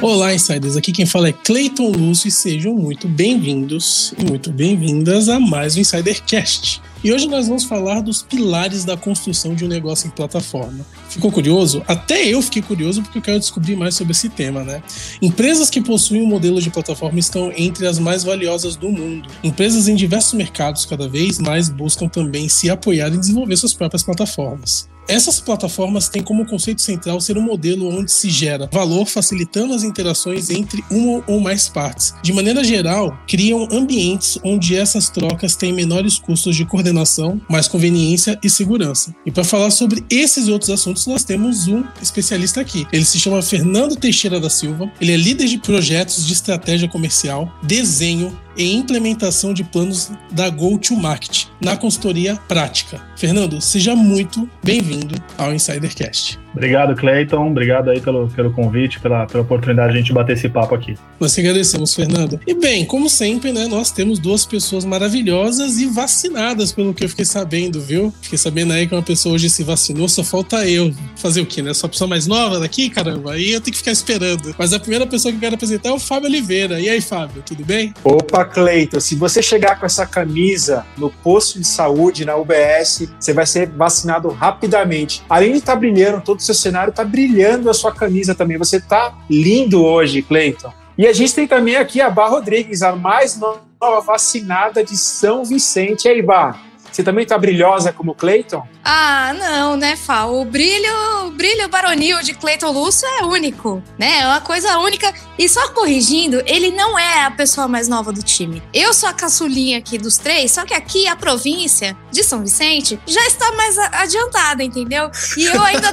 Olá, Insiders! Aqui quem fala é Cleiton Lúcio e sejam muito bem-vindos e muito bem-vindas a mais um InsiderCast. E hoje nós vamos falar dos pilares da construção de um negócio em plataforma. Ficou curioso? Até eu fiquei curioso porque eu quero descobrir mais sobre esse tema, né? Empresas que possuem um modelo de plataforma estão entre as mais valiosas do mundo. Empresas em diversos mercados cada vez mais buscam também se apoiar e desenvolver suas próprias plataformas. Essas plataformas têm como conceito central ser um modelo onde se gera valor facilitando as interações entre uma ou mais partes. De maneira geral, criam ambientes onde essas trocas têm menores custos de coordenação, mais conveniência e segurança. E para falar sobre esses e outros assuntos, nós temos um especialista aqui. Ele se chama Fernando Teixeira da Silva, ele é líder de projetos de estratégia comercial, desenho e implementação de planos da Go-to-Market na consultoria prática. Fernando, seja muito bem-vindo ao InsiderCast. Obrigado, Cleiton. Obrigado aí pelo convite, pela oportunidade de a gente bater esse papo aqui. Nós te agradecemos, Fernando. E bem, como sempre, né, nós temos duas pessoas maravilhosas e vacinadas, pelo que eu fiquei sabendo, viu? Fiquei sabendo aí que uma pessoa hoje se vacinou, só falta eu. Fazer o quê, né? Sou a pessoa mais nova daqui, caramba? Aí eu tenho que ficar esperando. Mas a primeira pessoa que eu quero apresentar é o Fábio Oliveira. E aí, Fábio, tudo bem? Opa, Cleiton, se você chegar com essa camisa no posto de saúde, na UBS, você vai ser vacinado rapidamente. Além de estar brilhando, todo o seu cenário está brilhando, a sua camisa também. Você está lindo hoje, Cleiton. E a gente tem também aqui a Bá Rodrigues, a mais nova vacinada de São Vicente. E aí, Bá? Você também tá brilhosa como o Cleiton? Ah, não, né, Fá? O brilho baronil de Cleiton Lúcio é único, né? É uma coisa única. E só corrigindo, ele não é a pessoa mais nova do time. Eu sou a caçulinha aqui dos três, só que aqui a província de São Vicente já está mais adiantada, entendeu? E eu ainda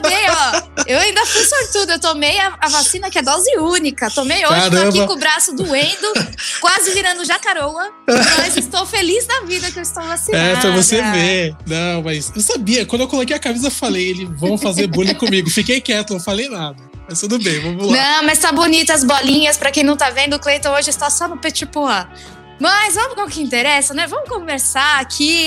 eu ainda fui sortuda. Eu tomei a vacina que é dose única. Tomei hoje, Caramba. Tô aqui com o braço doendo, quase virando jacaroa. Mas estou feliz da vida que eu estou vacinada. É, pra você ver. Não, mas eu sabia. Quando eu coloquei a camisa, eu falei, eles vão fazer bullying comigo. Fiquei quieto, não falei nada. Mas tudo bem, vamos lá. Não, mas tá bonita as bolinhas. Pra quem não tá vendo, o Cleiton hoje está só no petit pois. Mas vamos com o que interessa, né? Vamos conversar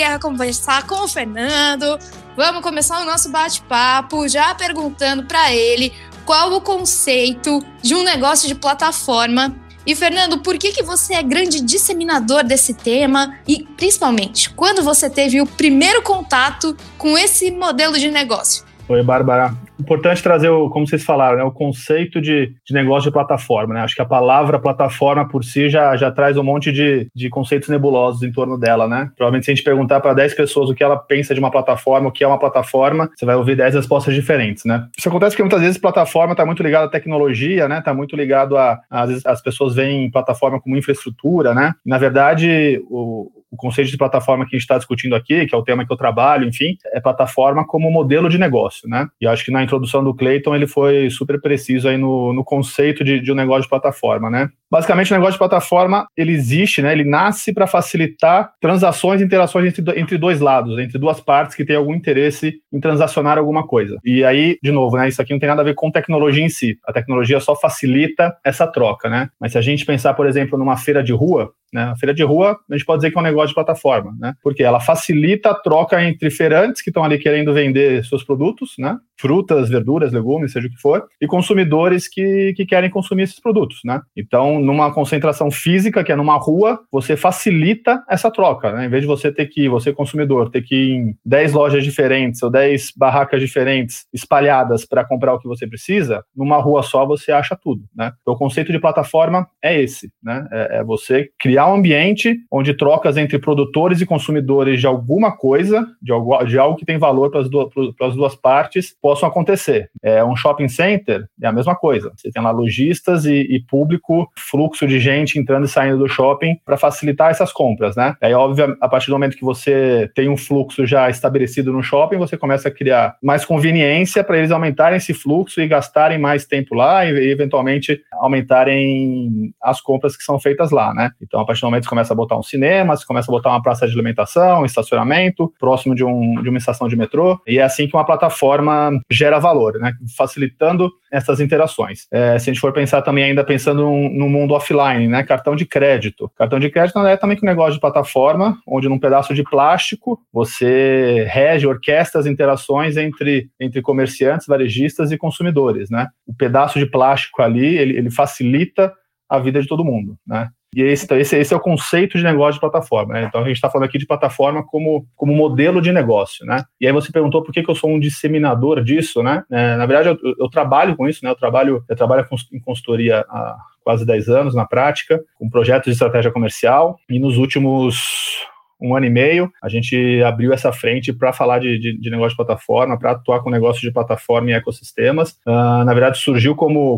com o Fernando. Vamos começar o nosso bate-papo já perguntando pra ele qual o conceito de um negócio de plataforma. E, Fernando, por que você é grande disseminador desse tema? E, principalmente, quando você teve o primeiro contato com esse modelo de negócio? Oi, Bárbara. Importante trazer, como vocês falaram, né, o conceito de negócio de plataforma. Né? Acho que a palavra plataforma por si já traz um monte de conceitos nebulosos em torno dela. Né? Provavelmente, se a gente perguntar para 10 pessoas o que ela pensa de uma plataforma, o que é uma plataforma, você vai ouvir 10 respostas diferentes. Né? Isso acontece porque muitas vezes plataforma está muito ligado à tecnologia, né? Está muito ligado às vezes as pessoas veem plataforma como infraestrutura. Né? Na verdade, o conceito de plataforma que a gente está discutindo aqui, que é o tema que eu trabalho, enfim, é plataforma como modelo de negócio, né? E eu acho que na introdução do Cleiton ele foi super preciso aí no conceito de um negócio de plataforma, né? Basicamente, o negócio de plataforma, ele existe, né? Ele nasce para facilitar transações e interações entre dois lados, entre duas partes que têm algum interesse em transacionar alguma coisa. E aí, de novo, né? Isso aqui não tem nada a ver com tecnologia em si. A tecnologia só facilita essa troca, né? Mas se a gente pensar, por exemplo, numa feira de rua, né? A feira de rua, a gente pode dizer que é um negócio de plataforma, né? Porque ela facilita a troca entre feirantes que estão ali querendo vender seus produtos, né? Frutas, verduras, legumes, seja o que for, e consumidores que querem consumir esses produtos, né? Então, numa concentração física, que é numa rua, você facilita essa troca, né? Em vez de você consumidor, ter que ir em 10 lojas diferentes ou 10 barracas diferentes espalhadas para comprar o que você precisa, numa rua só você acha tudo, né? Então, o conceito de plataforma é esse, né? É você criar um ambiente onde trocas entre produtores e consumidores de alguma coisa, de algo que tem valor para as duas partes, possam acontecer. Um shopping center é a mesma coisa. Você tem lá lojistas e público, fluxo de gente entrando e saindo do shopping para facilitar essas compras, né? Aí, óbvio, a partir do momento que você tem um fluxo já estabelecido no shopping, você começa a criar mais conveniência para eles aumentarem esse fluxo e gastarem mais tempo lá e eventualmente aumentarem as compras que são feitas lá, né? Então, a partir do momento que você começa a botar um cinema, você começa a botar uma praça de alimentação, um estacionamento, próximo de uma estação de metrô, e é assim que uma plataforma gera valor, né? Facilitando essas interações. Se a gente for pensar também, ainda pensando no mundo offline, né? Cartão de crédito. Cartão de crédito é também um negócio de plataforma, onde num pedaço de plástico você rege, orquestra as interações entre comerciantes, varejistas e consumidores, né? O pedaço de plástico ali, ele facilita a vida de todo mundo, né? E esse é o conceito de negócio de plataforma, né? Então a gente está falando aqui de plataforma como modelo de negócio, né? E aí você perguntou por que eu sou um disseminador disso, né? Na verdade, eu trabalho com isso, né? Eu trabalho em consultoria há quase 10 anos, na prática, com projetos de estratégia comercial, e nos últimos 1 ano e meio, a gente abriu essa frente para falar de negócio de plataforma, para atuar com negócio de plataforma e ecossistemas. Na verdade, surgiu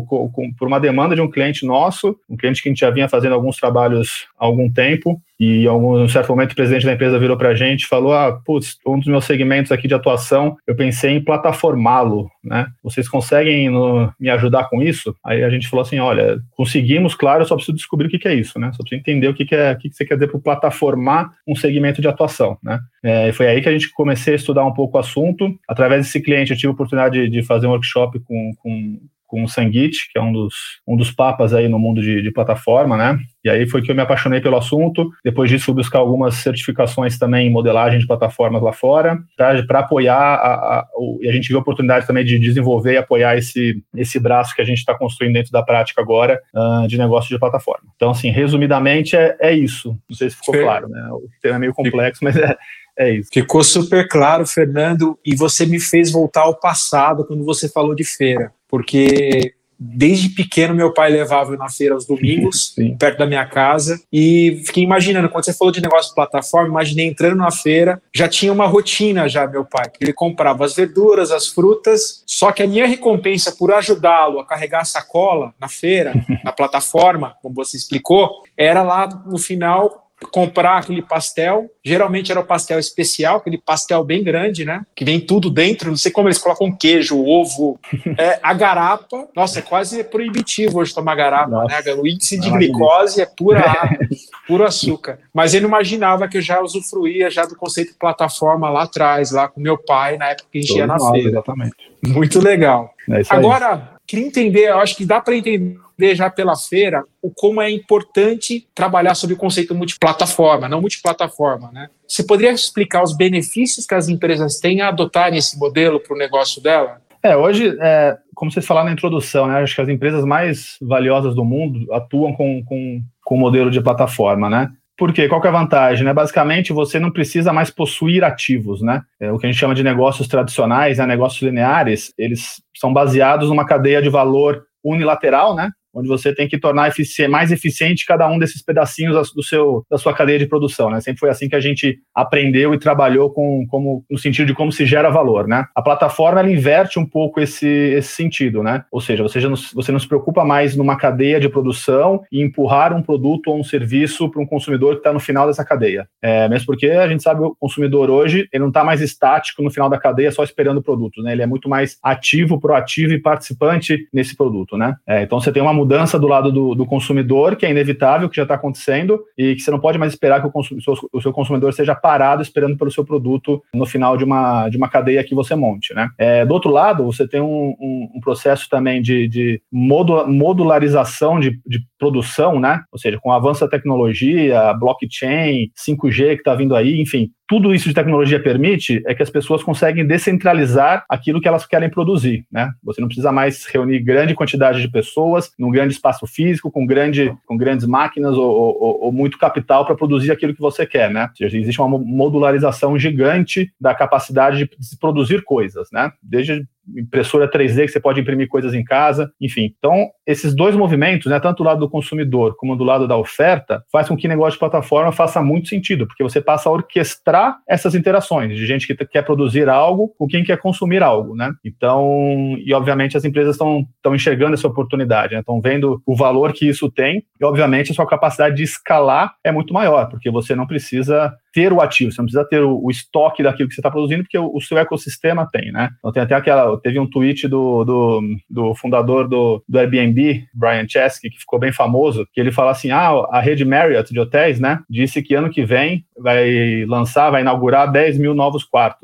por uma demanda de um cliente nosso, um cliente que a gente já vinha fazendo alguns trabalhos há algum tempo, e em um certo momento o presidente da empresa virou para a gente e falou, um dos meus segmentos aqui de atuação, eu pensei em plataformá-lo, né? Vocês conseguem me ajudar com isso? Aí a gente falou assim, olha, conseguimos, claro, eu só preciso descobrir o que é isso, né? Só preciso entender o que você quer dizer por plataformar um segmento de atuação, né? E foi aí que a gente comecei a estudar um pouco o assunto. Através desse cliente eu tive a oportunidade de fazer um workshop com o Sanguit, que é um dos papas aí no mundo de plataforma, né? E aí foi que eu me apaixonei pelo assunto. Depois disso, fui buscar algumas certificações também em modelagem de plataformas lá fora, para apoiar, e a gente viu a oportunidade também de desenvolver e apoiar esse braço que a gente está construindo dentro da prática agora, de negócio de plataforma. Então, assim, resumidamente, é isso. Não sei se ficou claro, né? O tema é meio complexo, mas é isso. Ficou super claro, Fernando, e você me fez voltar ao passado quando você falou de feira, porque desde pequeno meu pai levava eu na feira aos domingos, perto da minha casa, e fiquei imaginando, quando você falou de negócio de plataforma, imaginei entrando na feira, já tinha uma rotina já, meu pai, que ele comprava as verduras, as frutas, só que a minha recompensa por ajudá-lo a carregar a sacola na feira, na plataforma, como você explicou, era lá no final comprar aquele pastel, geralmente era o pastel especial, aquele pastel bem grande, né, que vem tudo dentro, não sei como eles colocam queijo, ovo, a garapa, nossa, é quase proibitivo hoje tomar garapa, nossa, né, o índice de glicose é pura água, puro açúcar, mas ele não imaginava que eu já usufruía já do conceito de plataforma lá atrás, lá com meu pai, na época que a gente ia na feira. Exatamente. Muito legal. Agora, queria entender, eu acho que dá para entender já pela feira como é importante trabalhar sobre o conceito multiplataforma, não multiplataforma, né? Você poderia explicar os benefícios que as empresas têm a adotarem esse modelo para o negócio dela? Hoje, como vocês falaram na introdução, né, acho que as empresas mais valiosas do mundo atuam com o modelo de plataforma, né? Por quê? Qual que é a vantagem? Né? Basicamente, você não precisa mais possuir ativos, né? O que a gente chama de negócios tradicionais, né? Negócios lineares, eles são baseados numa cadeia de valor unilateral, né? Onde você tem que tornar mais eficiente cada um desses pedacinhos da sua cadeia de produção, né? Sempre foi assim que a gente aprendeu e trabalhou no sentido de como se gera valor, né? A plataforma, ela inverte um pouco esse sentido, né? Ou seja, você não se preocupa mais numa cadeia de produção e empurrar um produto ou um serviço para um consumidor que está no final dessa cadeia. Mesmo porque a gente sabe que o consumidor hoje, ele não está mais estático no final da cadeia só esperando produtos, né? Ele é muito mais ativo, proativo e participante nesse produto, né? Então você tem uma mudança do lado do consumidor, que é inevitável, que já está acontecendo, e que você não pode mais esperar que o seu consumidor esteja parado esperando pelo seu produto no final de uma cadeia que você monte, né? Do outro lado, você tem um processo também de modularização de produção, né? Ou seja, com o avanço da tecnologia, blockchain, 5G que está vindo aí, enfim, tudo isso de tecnologia permite é que as pessoas conseguem descentralizar aquilo que elas querem produzir, né? Você não precisa mais reunir grande quantidade de pessoas num grande espaço físico, com grandes máquinas ou muito capital para produzir aquilo que você quer, né? Ou seja, existe uma modularização gigante da capacidade de produzir coisas, né? Desde impressora 3D, que você pode imprimir coisas em casa, enfim. Então, esses dois movimentos, né, tanto do lado do consumidor como do lado da oferta, faz com que o negócio de plataforma faça muito sentido, porque você passa a orquestrar essas interações de gente que quer produzir algo com quem quer consumir algo, né? Então, e obviamente as empresas estão enxergando essa oportunidade, né? Estão vendo o valor que isso tem e, obviamente, a sua capacidade de escalar é muito maior, porque você não precisa ter o ativo, você não precisa ter o estoque daquilo que você está produzindo, porque o seu ecossistema tem, né? Então tem até teve um tweet do fundador do Airbnb, Brian Chesky, que ficou bem famoso, que ele fala assim, a rede Marriott de hotéis, né, disse que ano que vem vai inaugurar 10 mil novos quartos, né?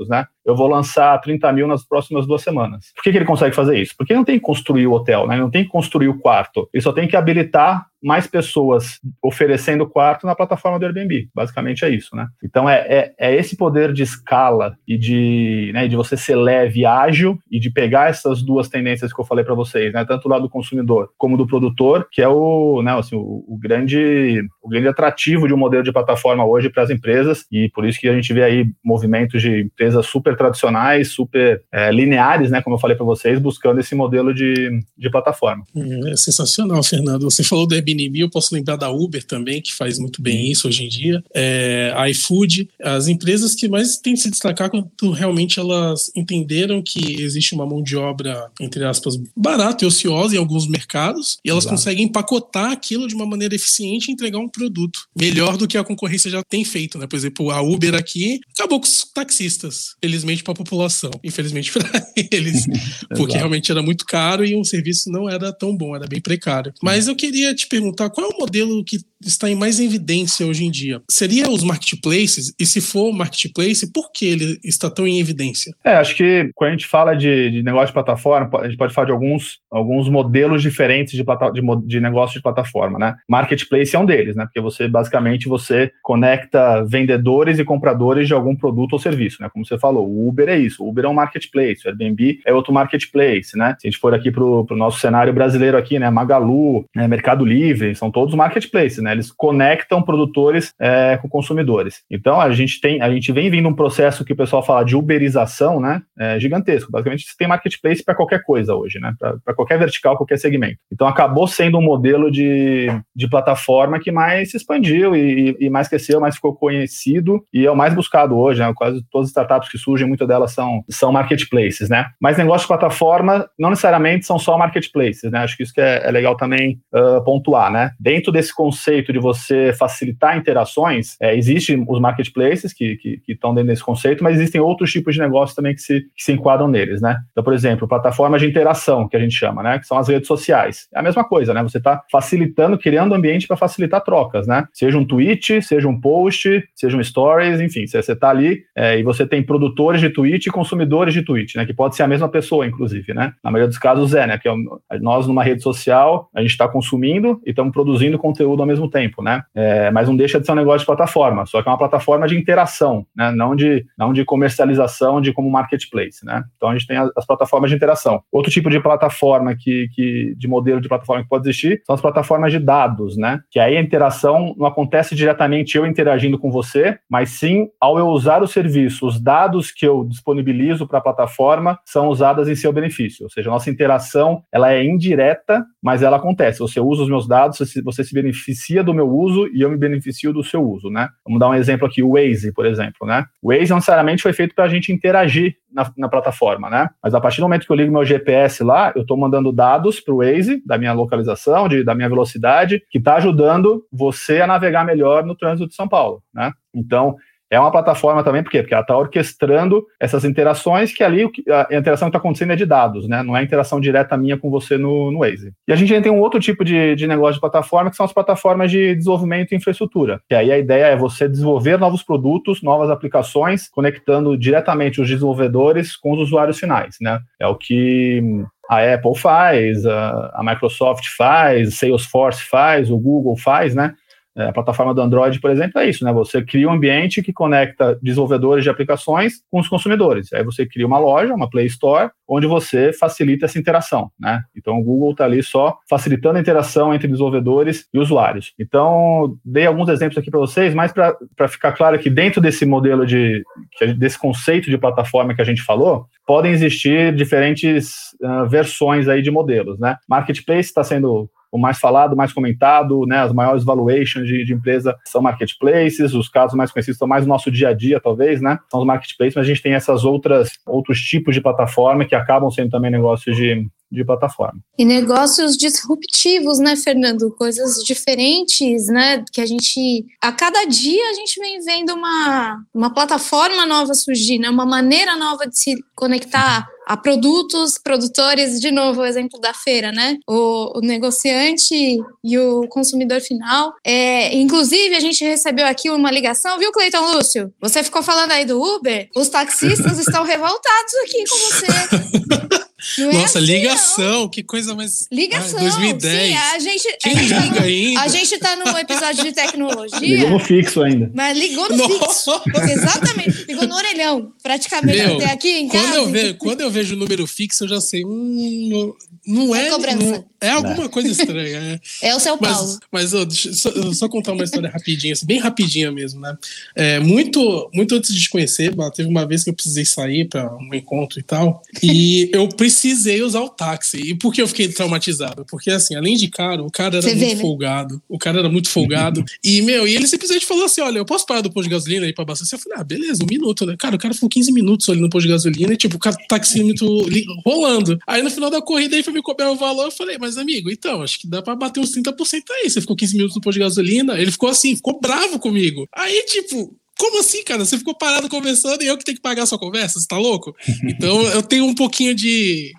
eu vou lançar 30 mil nas próximas 2 semanas. Por que ele consegue fazer isso? Porque ele não tem que construir o hotel, né? Ele não tem que construir o quarto. Ele só tem que habilitar mais pessoas oferecendo quarto na plataforma do Airbnb. Basicamente é isso, né? Então é esse poder de escala e de você ser leve e ágil e de pegar essas duas tendências que eu falei para vocês, né? Tanto do lado do consumidor como do produtor, que é o grande atrativo de um modelo de plataforma hoje para as empresas, e por isso que a gente vê aí movimentos de empresas super tradicionais, super lineares, né? Como eu falei para vocês, buscando esse modelo de plataforma. É sensacional, Fernando. Você falou do Airbnb, eu posso lembrar da Uber também, que faz muito bem isso hoje em dia, a iFood, as empresas que mais têm que se destacar quando realmente elas entenderam que existe uma mão de obra, entre aspas, barata e ociosa em alguns mercados, e elas conseguem empacotar aquilo de uma maneira eficiente e entregar um produto melhor do que a concorrência já tem feito, né? Por exemplo, a Uber aqui acabou com os taxistas, felizmente para a população, infelizmente para eles, porque realmente era muito caro e o serviço não era tão bom, era bem precário. Mas eu queria te perguntar, qual é o modelo que está mais em evidência hoje em dia? Seria os marketplaces? E se for o marketplace, por que ele está tão em evidência? Acho que quando a gente fala de negócio de plataforma, a gente pode falar de alguns modelos diferentes de negócio de plataforma, né? Marketplace é um deles, né? Porque você conecta vendedores e compradores de algum produto ou serviço, né? Como você falou, o Uber é isso. O Uber é um marketplace, o Airbnb é outro marketplace, né? Se a gente for aqui para o nosso cenário brasileiro aqui, né? Magalu, Mercado Livre, são todos marketplaces, né? Eles conectam produtores com consumidores. Então, a gente vem vindo um processo que o pessoal fala de uberização, né? Gigantesco. Basicamente, você tem marketplace para qualquer coisa hoje, né? Para qualquer vertical, qualquer segmento. Então, acabou sendo um modelo de plataforma que mais se expandiu e mais cresceu, mais ficou conhecido e é o mais buscado hoje, né? Quase todas as startups que surgem, muitas delas são marketplaces, né? Mas negócio de plataforma não necessariamente são só marketplaces, né? Acho que isso que é legal também pontuar, né? Dentro desse conceito de você facilitar interações, existem os marketplaces que estão dentro desse conceito, mas existem outros tipos de negócios também que se enquadram neles, né? Então, por exemplo, plataformas de interação, que a gente chama, né? Que são as redes sociais. É a mesma coisa, né? Você está facilitando, criando ambiente para facilitar trocas, né? Seja um tweet, seja um post, seja um stories, enfim, você está ali e você tem produtores de tweet e consumidores de tweet, né? Que pode ser a mesma pessoa, inclusive, né? Na maioria dos casos né? Que nós, numa rede social, a gente está consumindo e estamos produzindo conteúdo ao mesmo tempo, né? Mas não deixa de ser um negócio de plataforma, só que é uma plataforma de interação, né? Não de comercialização, como marketplace, né? Então a gente tem as plataformas de interação. Outro tipo de plataforma de modelo de plataforma que pode existir são as plataformas de dados, né? Que aí a interação não acontece diretamente eu interagindo com você, mas sim ao eu usar o serviço, os dados que eu disponibilizo para a plataforma são usadas em seu benefício, ou seja, a nossa interação ela é indireta, mas ela acontece. Você usa os meus dados, você se beneficia do meu uso e eu me beneficio do seu uso, né? Vamos dar um exemplo aqui, o Waze, por exemplo, né? O Waze não necessariamente foi feito para a gente interagir na plataforma, né? Mas a partir do momento que eu ligo meu GPS lá, eu estou mandando dados para o Waze, da minha localização, da minha velocidade, que está ajudando você a navegar melhor no trânsito de São Paulo, né? Então, é uma plataforma também, por quê? Porque ela está orquestrando essas interações que ali, a interação que está acontecendo é de dados, né? Não é interação direta minha com você no Waze. E a gente ainda tem um outro tipo de negócio de plataforma, que são as plataformas de desenvolvimento e infraestrutura. Que aí a ideia é você desenvolver novos produtos, novas aplicações, conectando diretamente os desenvolvedores com os usuários finais, né? É o que a Apple faz, a Microsoft faz, Salesforce faz, o Google faz, né? A plataforma do Android, por exemplo, é isso, né? Você cria um ambiente que conecta desenvolvedores de aplicações com os consumidores. Aí você cria uma loja, uma Play Store, onde você facilita essa interação, né? Então o Google está ali só facilitando a interação entre desenvolvedores e usuários. Então, dei alguns exemplos aqui para vocês, mas para ficar claro que dentro desse modelo desse conceito de plataforma que a gente falou, podem existir diferentes versões aí de modelos, né? Marketplace está sendo o mais falado, mais comentado, né? As maiores valuations de empresa são marketplaces, os casos mais conhecidos são mais no nosso dia a dia, talvez, né? São os marketplaces, mas a gente tem outros tipos de plataforma que acabam sendo também negócios de de plataforma. E negócios disruptivos, né, Fernando? Coisas diferentes, né? Que a cada dia a gente vem vendo uma plataforma nova surgir, né? Uma maneira nova de se conectar a produtos, produtores, de novo o exemplo da feira, né? O negociante e o consumidor final. Inclusive, a gente recebeu aqui uma ligação, viu, Cleiton Lúcio? Você ficou falando aí do Uber? Os taxistas estão revoltados aqui com você. Nossa, assim, ligação, não. Que coisa mais... Ligação, 2010. Sim, Quem liga ainda? A gente tá num episódio de tecnologia. Ligou no fixo ainda. Mas ligou no fixo. Exatamente. Ligou no orelhão, praticamente. Até aqui em casa. Quando eu vejo o número fixo, eu já sei. Não é cobrança. É alguma coisa estranha. É o seu Paulo. Mas deixa eu só contar uma história rapidinha, assim, bem rapidinha mesmo, né? Muito antes de te conhecer, teve uma vez que eu precisei sair para um encontro e tal, e eu precisei usar o táxi. E por que eu fiquei traumatizado? Porque, assim, além de caro, o cara era muito folgado. O cara era muito folgado. E ele simplesmente falou assim, olha, eu posso parar do posto de gasolina aí pra abastecer? Eu falei, beleza, 1 minuto, né? Cara, o cara ficou 15 minutos ali no posto de gasolina e, tipo, o taxímetro rolando. Aí, no final da corrida, aí foi me cobrar o valor, eu falei, mas, amigo, então, acho que dá pra bater uns 30% aí. Você ficou 15 minutos no posto de gasolina, ele ficou assim, ficou bravo comigo. Aí, tipo... Como assim, cara? Você ficou parado conversando e eu que tenho que pagar a sua conversa? Você tá louco? Então eu tenho um pouquinho de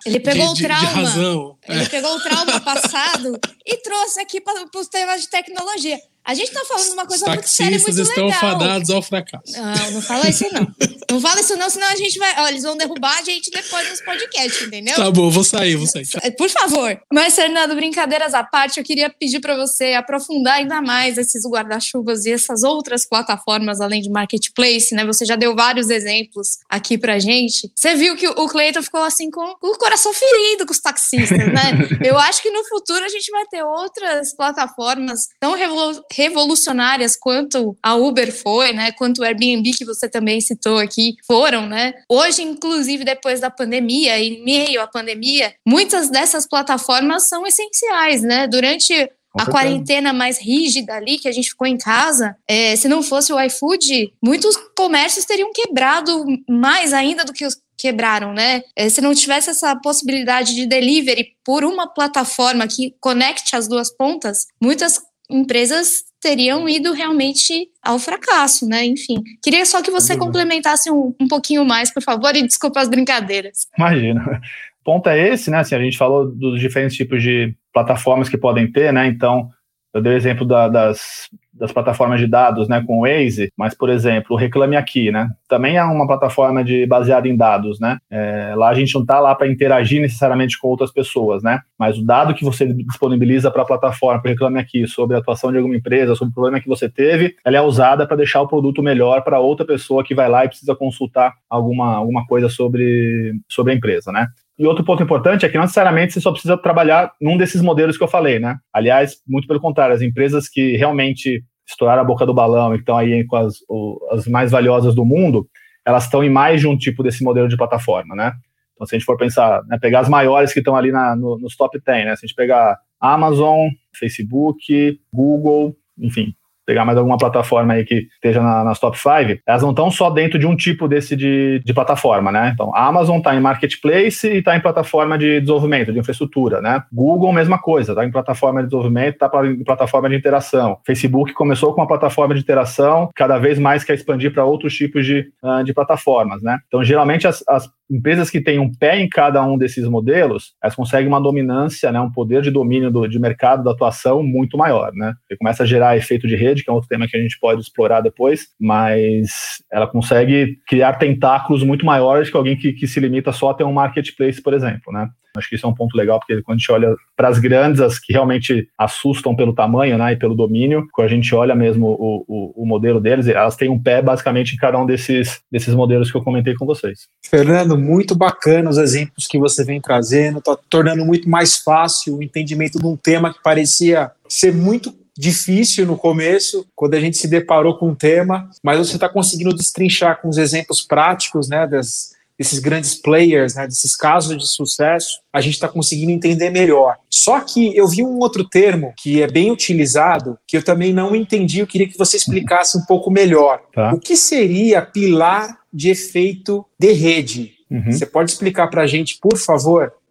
razão. Ele pegou o trauma passado e trouxe aqui para os temas de tecnologia. A gente tá falando de uma coisa muito séria e muito legal. Os taxistas estão fadados ao fracasso. Não fala isso não. Não fala isso não, senão a gente vai... Ó, eles vão derrubar a gente depois nos podcasts, entendeu? Tá bom, vou sair. Por favor. Mas, Fernando, brincadeiras à parte, eu queria pedir para você aprofundar ainda mais esses guarda-chuvas e essas outras plataformas, além de marketplace, né? Você já deu vários exemplos aqui pra gente. Você viu que o Cleiton ficou assim com o coração ferido com os taxistas, né? Eu acho que no futuro a gente vai ter outras plataformas tão revolucionárias quanto a Uber foi, né? Quanto o Airbnb, que você também citou aqui, foram, né? Hoje, inclusive, depois da pandemia, em meio à pandemia, muitas dessas plataformas são essenciais, né? Durante a quarentena mais rígida ali, que a gente ficou em casa, se não fosse o iFood, muitos comércios teriam quebrado mais ainda do que os quebraram, né? Se não tivesse essa possibilidade de delivery por uma plataforma que conecte as duas pontas, muitas empresas teriam ido realmente ao fracasso, né? Enfim, queria só que você complementasse um pouquinho mais, por favor, e desculpa as brincadeiras. Imagina. O ponto é esse, né? Assim, a gente falou dos diferentes tipos de plataformas que podem ter, né? Então, eu dei o exemplo das plataformas de dados, né, com o Waze, mas, por exemplo, o Reclame Aqui, né? Também é uma plataforma baseada em dados, né? Lá a gente não está lá para interagir necessariamente com outras pessoas, né? Mas o dado que você disponibiliza para a plataforma, para o Reclame Aqui, sobre a atuação de alguma empresa, sobre o problema que você teve, ela é usada para deixar o produto melhor para outra pessoa que vai lá e precisa consultar alguma coisa sobre a empresa, né? E outro ponto importante é que não necessariamente você só precisa trabalhar num desses modelos que eu falei, né? Aliás, muito pelo contrário, as empresas que realmente estouraram a boca do balão e estão aí com as mais valiosas do mundo, elas estão em mais de um tipo desse modelo de plataforma, né? Então, se a gente for pensar, né, pegar as maiores que estão ali nos top 10, né? Se a gente pegar Amazon, Facebook, Google, enfim, pegar mais alguma plataforma aí que esteja nas top 5, elas não estão só dentro de um tipo desse de plataforma, né? Então, a Amazon está em marketplace e está em plataforma de desenvolvimento, de infraestrutura, né? Google, mesma coisa, está em plataforma de desenvolvimento, está em plataforma de interação. Facebook começou com uma plataforma de interação, cada vez mais quer expandir para outros tipos de plataformas, né? Então, geralmente, as empresas que têm um pé em cada um desses modelos, elas conseguem uma dominância, né, um poder de domínio de mercado, da atuação muito maior, né? Você começa a gerar efeito de rede, que é outro tema que a gente pode explorar depois, mas ela consegue criar tentáculos muito maiores que alguém que se limita só a ter um marketplace, por exemplo, né? Acho que isso é um ponto legal, porque quando a gente olha para as grandes, as que realmente assustam pelo tamanho, né, e pelo domínio, quando a gente olha mesmo o modelo deles, elas têm um pé basicamente em cada um desses modelos que eu comentei com vocês. Fernando, muito bacana os exemplos que você vem trazendo, está tornando muito mais fácil o entendimento de um tema que parecia ser muito difícil no começo, quando a gente se deparou com o tema, mas você está conseguindo destrinchar com os exemplos práticos, né, desses grandes players, né, desses casos de sucesso, a gente está conseguindo entender melhor. Só que eu vi um outro termo que é bem utilizado, que eu também não entendi, eu queria que você explicasse um pouco melhor. Tá. O que seria pilar de efeito de rede? Você pode explicar para a gente, por favor?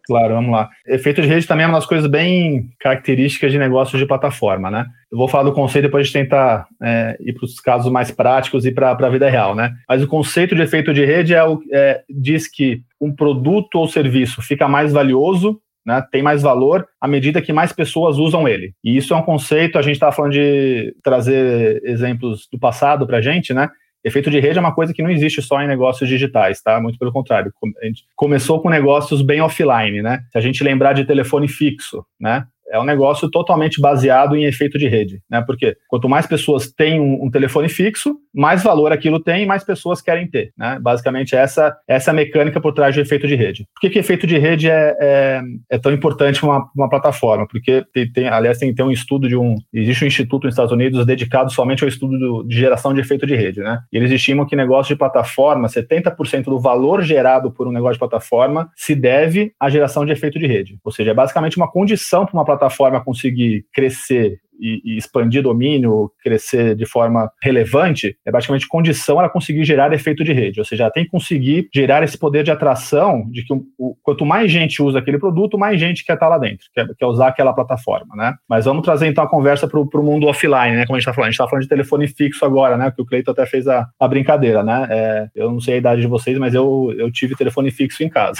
Claro, vamos lá. Efeito de rede também é uma das coisas bem características de negócios de plataforma, né? Eu vou falar do conceito, depois a gente tentar ir para os casos mais práticos e para a vida real, né? Mas o conceito de efeito de rede diz que um produto ou serviço fica mais valioso, né, tem mais valor à medida que mais pessoas usam ele. E isso é um conceito, a gente estava falando de trazer exemplos do passado para a gente, né? Efeito de rede é uma coisa que não existe só em negócios digitais, tá? Muito pelo contrário. A gente começou com negócios bem offline, né? Se a gente lembrar de telefone fixo, né? É um negócio totalmente baseado em efeito de rede, né? Porque quanto mais pessoas têm um telefone fixo, mais valor aquilo tem e mais pessoas querem ter, né? Basicamente, essa é a mecânica por trás do efeito de rede. Por que efeito de rede é tão importante para uma plataforma? Porque, aliás, tem um estudo existe um instituto nos Estados Unidos dedicado somente ao estudo de geração de efeito de rede, né? E eles estimam que negócio de plataforma, 70% do valor gerado por um negócio de plataforma se deve à geração de efeito de rede. Ou seja, é basicamente uma condição para uma plataforma conseguir crescer e expandir domínio, crescer de forma relevante, é basicamente condição ela conseguir gerar efeito de rede, ou seja, ela tem que conseguir gerar esse poder de atração de que quanto mais gente usa aquele produto, mais gente quer estar lá dentro, quer usar aquela plataforma, né? Mas vamos trazer então a conversa para o mundo offline, né? Como a gente está falando de telefone fixo agora, né? Que o Cleiton até fez a brincadeira, né? Eu não sei a idade de vocês, mas eu tive telefone fixo em casa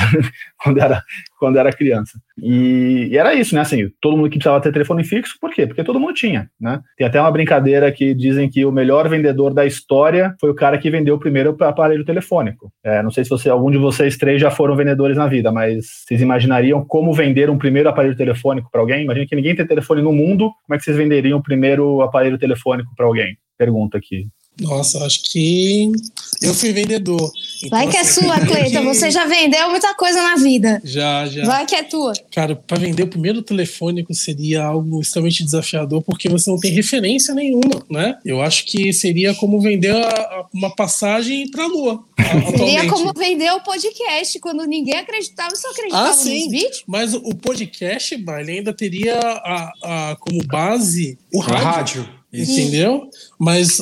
quando era criança. E era isso, né? Assim, todo mundo que precisava ter telefone fixo, por quê? Porque todo mundo tinha, né? Tem até uma brincadeira que dizem que o melhor vendedor da história foi o cara que vendeu o primeiro aparelho telefônico. Não sei se algum de vocês três já foram vendedores na vida, mas vocês imaginariam como vender um primeiro aparelho telefônico para alguém? Imagina que ninguém tem telefone no mundo, como é que vocês venderiam o primeiro aparelho telefônico para alguém? Pergunta aqui. Nossa, acho que eu fui vendedor. Então, vai que é sua, Cleiton. Você já vendeu muita coisa na vida. Já. Vai que é tua. Cara, para vender o primeiro telefônico seria algo extremamente desafiador, porque você não tem referência nenhuma, né? Eu acho que seria como vender uma passagem para a Lua. Seria como vender o podcast, quando ninguém acreditava, só acreditava nos vídeos. Mas o podcast, ele ainda teria como base o rádio. Entendeu? Mas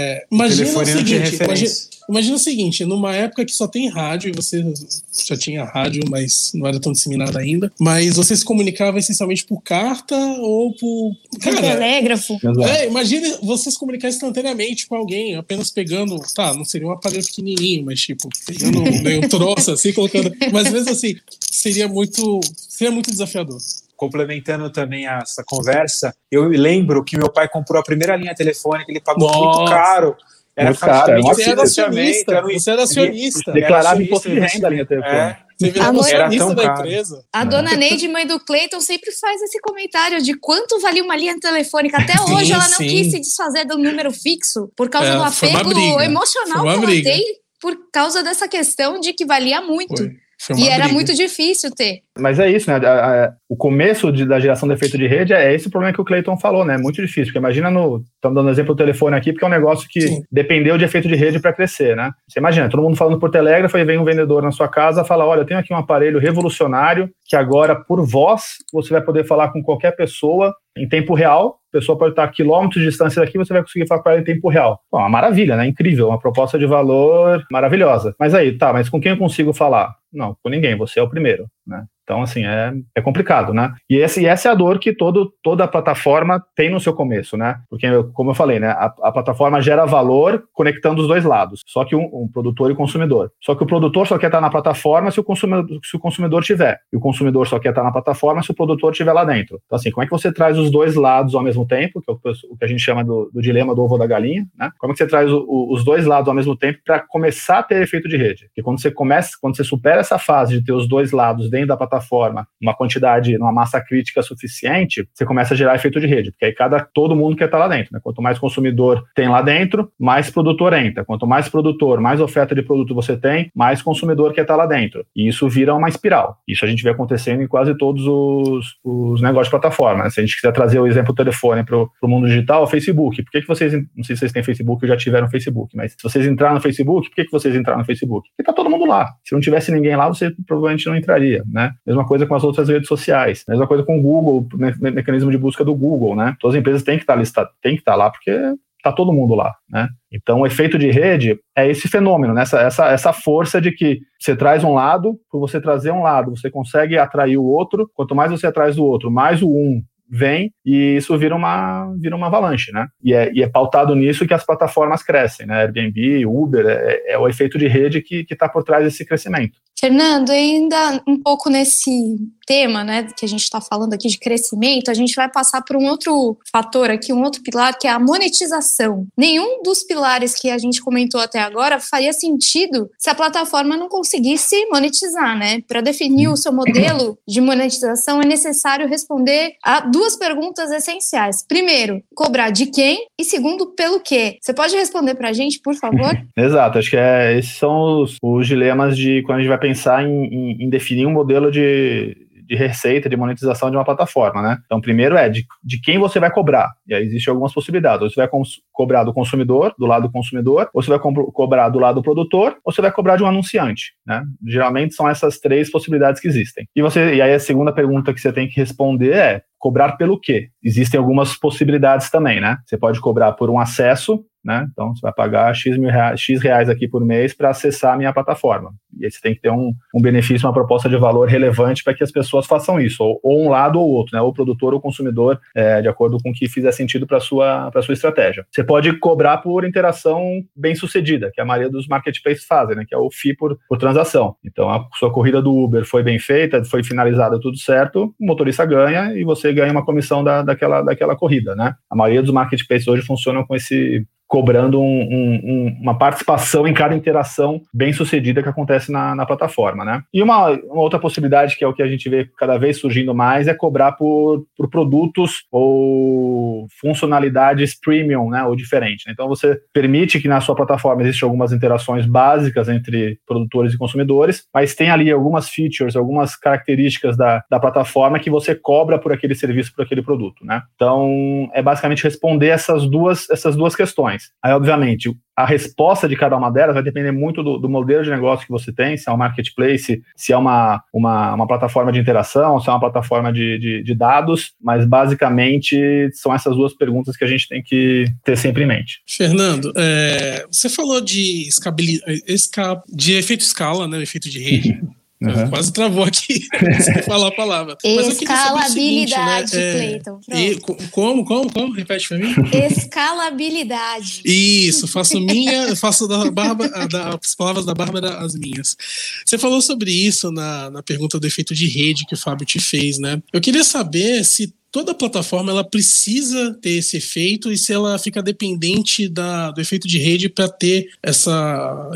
imagina o seguinte, numa época que só tem rádio, e você já tinha rádio, mas não era tão disseminado ainda, mas você se comunicava essencialmente por carta ou por telégrafo. Imagina você se comunicar instantaneamente com alguém, apenas pegando, não seria um aparelho pequenininho, mas tipo, pegando um troço assim, colocando, mas mesmo assim, seria muito desafiador. Complementando também essa conversa, eu lembro que meu pai comprou a primeira linha telefônica, ele pagou muito caro. Era caro. Você era acionista. Declarava imposto de renda a linha telefônica. Era tão da empresa. A dona Neide, mãe do Cleiton, sempre faz esse comentário de quanto valia uma linha telefônica. Até hoje ela não quis se desfazer do número fixo por causa do apego emocional que ela tem por causa dessa questão de que valia muito. E era muito difícil ter. Mas é isso, né? O começo da geração de efeito de rede é esse o problema que o Cleiton falou, né? Muito difícil, porque imagina estamos dando exemplo do telefone aqui, porque é um negócio que dependeu de efeito de rede para crescer, né? Você imagina, todo mundo falando por telégrafo e vem um vendedor na sua casa e fala, olha, eu tenho aqui um aparelho revolucionário que agora, por voz, você vai poder falar com qualquer pessoa em tempo real. A pessoa pode estar a quilômetros de distância daqui, você vai conseguir falar com ela em tempo real. Bom, uma maravilha, né? Incrível, uma proposta de valor maravilhosa. Mas aí, mas com quem eu consigo falar? Não, com ninguém, você é o primeiro, né? Então, assim, é complicado, né? E essa é a dor que toda a plataforma tem no seu começo, né? Porque, como eu falei, né? A plataforma gera valor conectando os dois lados. Só que um produtor e o consumidor. Só que o produtor só quer estar na plataforma se o consumidor tiver. E o consumidor só quer estar na plataforma se o produtor estiver lá dentro. Então, assim, como é que você traz os dois lados ao mesmo tempo, que é o que a gente chama do dilema do ovo ou da galinha, né? Como é que você traz os dois lados ao mesmo tempo para começar a ter efeito de rede? Porque quando você supera essa fase de ter os dois lados dentro da plataforma, uma quantidade, uma massa crítica suficiente, você começa a gerar efeito de rede, porque aí todo mundo quer estar lá dentro, né? Quanto mais consumidor tem lá dentro, mais produtor entra. Quanto mais produtor, mais oferta de produto você tem, mais consumidor quer estar lá dentro. E isso vira uma espiral. Isso a gente vê acontecendo em quase todos os negócios de plataforma, né? Se a gente quiser trazer o exemplo do telefone para o mundo digital, o Facebook. Por que vocês, não sei se vocês têm Facebook ou já tiveram Facebook, mas se vocês entraram no Facebook, por que vocês entraram no Facebook? Porque está todo mundo lá. Se não tivesse ninguém lá, você provavelmente não entraria, né? Mesma coisa com as outras redes sociais. Mesma coisa com o Google, mecanismo de busca do Google, né? Todas as empresas têm que estar listadas, têm que estar lá porque tá todo mundo lá, né? Então, o efeito de rede é esse fenômeno, né? Essa força de que você traz um lado, por você trazer um lado, você consegue atrair o outro, quanto mais você atrai do outro, mais o um vem, e isso vira uma avalanche, né? E é pautado nisso que as plataformas crescem, né? Airbnb, Uber, é o efeito de rede que está por trás desse crescimento. Fernando, ainda um pouco nesse tema, né, que a gente está falando aqui de crescimento, a gente vai passar por um outro fator aqui, um outro pilar, que é a monetização. Nenhum dos pilares que a gente comentou até agora faria sentido se a plataforma não conseguisse monetizar, né? Para definir o seu modelo de monetização é necessário responder a duas perguntas essenciais. Primeiro, cobrar de quem? E segundo, pelo quê? Você pode responder para a gente, por favor? Exato, acho que esses são os dilemas de quando a gente vai pensar em definir um modelo de receita, de monetização de uma plataforma, né? Então, primeiro de quem você vai cobrar. E aí existem algumas possibilidades. Ou você vai cobrar do consumidor, do lado do consumidor, ou você vai cobrar do lado do produtor, ou você vai cobrar de um anunciante, né? Geralmente são essas três possibilidades que existem. E aí a segunda pergunta que você tem que responder é cobrar pelo quê? Existem algumas possibilidades também, né? Você pode cobrar por um acesso, né? Então, você vai pagar X reais aqui por mês para acessar a minha plataforma. E aí você tem que ter um benefício, uma proposta de valor relevante para que as pessoas façam isso, ou um lado ou outro, né? Ou o produtor ou o consumidor, de acordo com o que fizer sentido para a sua estratégia. Você pode cobrar por interação bem sucedida, que a maioria dos marketplaces fazem, né? Que é o fee por transação. Então, a sua corrida do Uber foi bem feita, foi finalizada tudo certo, o motorista ganha e você ganha uma comissão daquela corrida, né? A maioria dos marketplaces hoje funcionam com cobrando uma participação em cada interação bem sucedida que acontece na plataforma, né? E uma outra possibilidade, que é o que a gente vê cada vez surgindo mais, é cobrar por produtos ou funcionalidades premium, né? Ou diferentes. Então, você permite que na sua plataforma existam algumas interações básicas entre produtores e consumidores, mas tem ali algumas features, algumas características da plataforma que você cobra por aquele serviço, por aquele produto, né? Então, é basicamente responder essas duas questões. Aí, obviamente, a resposta de cada uma delas vai depender muito do modelo de negócio que você tem, se é um marketplace, se é uma plataforma de interação, se é uma plataforma de dados, mas basicamente são essas duas perguntas que a gente tem que ter sempre em mente. Fernando, você falou de efeito escala, né, o efeito de rede. Uhum. Quase travou aqui sem falar a palavra. Escalabilidade, Cleiton. Como? Repete pra mim. Escalabilidade. Isso, faço das palavras da Bárbara as minhas. Você falou sobre isso na pergunta do efeito de rede que o Fábio te fez, né? Eu queria saber se toda plataforma ela precisa ter esse efeito e se ela fica dependente do efeito de rede para ter essa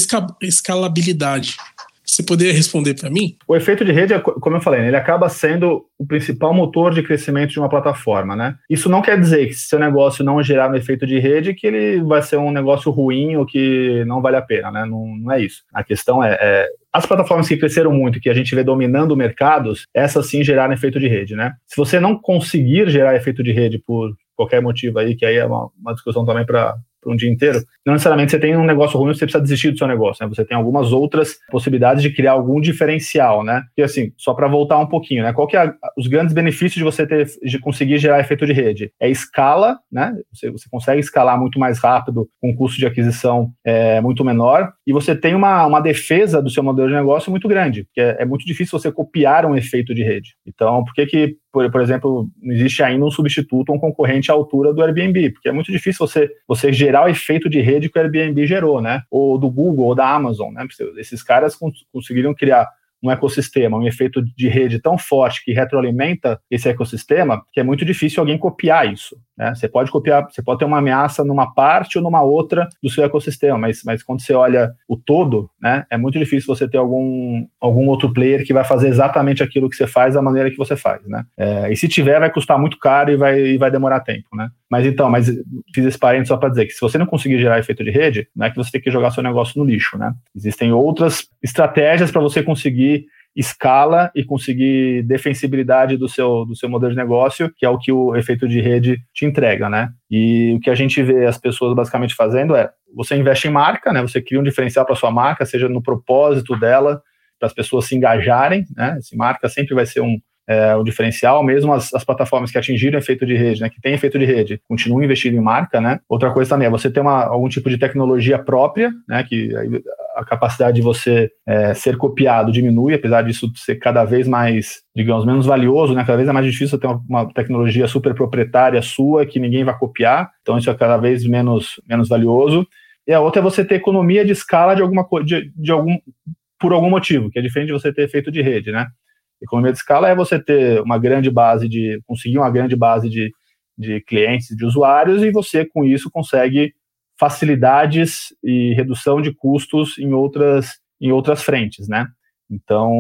escalabilidade. Você poderia responder para mim? O efeito de rede, como eu falei, ele acaba sendo o principal motor de crescimento de uma plataforma, né? Isso não quer dizer que se seu negócio não gerar um efeito de rede, que ele vai ser um negócio ruim ou que não vale a pena, né? Não é isso. A questão as plataformas que cresceram muito, que a gente vê dominando mercados, essas sim geraram efeito de rede, né? Se você não conseguir gerar efeito de rede por qualquer motivo aí, que aí é uma discussão também para um dia inteiro, não necessariamente você tem um negócio ruim, você precisa desistir do seu negócio, né? Você tem algumas outras possibilidades de criar algum diferencial, né? E assim, só para voltar um pouquinho, né? Qual que é os grandes benefícios de você de conseguir gerar efeito de rede? É escala, né? Você consegue escalar muito mais rápido, com custo de aquisição muito menor, e você tem uma defesa do seu modelo de negócio muito grande, porque é muito difícil você copiar um efeito de rede. Então, por que por exemplo, não existe ainda um substituto, um concorrente à altura do Airbnb? Porque é muito difícil você gerar o efeito de rede que o Airbnb gerou, né? Ou do Google, ou da Amazon, né? Esses caras conseguiram criar um ecossistema, um efeito de rede tão forte que retroalimenta esse ecossistema, que é muito difícil alguém copiar isso, né? Você pode copiar, você pode ter uma ameaça numa parte ou numa outra do seu ecossistema, mas quando você olha o todo, né, é muito difícil você ter algum outro player que vai fazer exatamente aquilo que você faz da maneira que você faz, né? E se tiver, vai custar muito caro e vai demorar tempo, né? Mas fiz esse parênteses só para dizer que se você não conseguir gerar efeito de rede, não é que você tem que jogar seu negócio no lixo, né? Existem outras estratégias para você conseguir escala e conseguir defensibilidade do seu modelo de negócio, que é o que o efeito de rede te entrega, né? E o que a gente vê as pessoas basicamente fazendo você investe em marca, né? Você cria um diferencial para sua marca, seja no propósito dela, para as pessoas se engajarem, né? Essa marca sempre vai ser o diferencial, mesmo as plataformas que atingiram efeito de rede, né, que têm efeito de rede, continuam investindo em marca, né? Outra coisa também é você ter algum tipo de tecnologia própria, né, que a capacidade de você ser copiado diminui, apesar disso ser cada vez mais, digamos, menos valioso, né? Cada vez é mais difícil ter uma tecnologia super proprietária sua que ninguém vai copiar, então isso é cada vez menos valioso. E a outra é você ter economia de escala por algum motivo, que é diferente de você ter efeito de rede, né? Economia de escala é você ter conseguir uma grande base de clientes, de usuários, e você, com isso, consegue facilidades e redução de custos em outras frentes, né? Então,